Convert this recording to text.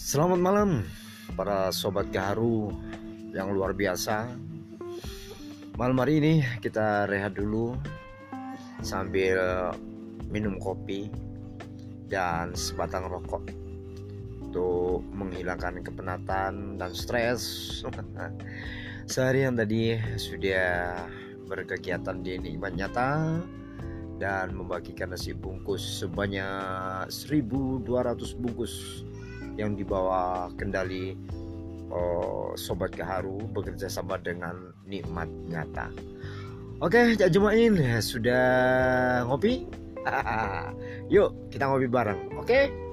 Selamat malam para sobat Gaharu yang luar biasa. Malam hari ini kita rehat dulu sambil minum kopi dan sebatang rokok untuk menghilangkan kepenatan dan stres. Seharian tadi sudah berkegiatan di Nikmat Nyata dan membagikan nasi bungkus sebanyak 1.200 bungkus yang dibawa kendali Sobat Gaharu bekerja sama dengan Nikmat Nyata. Oke, Cak Jumain sudah ngopi? Yuk kita ngopi bareng, oke?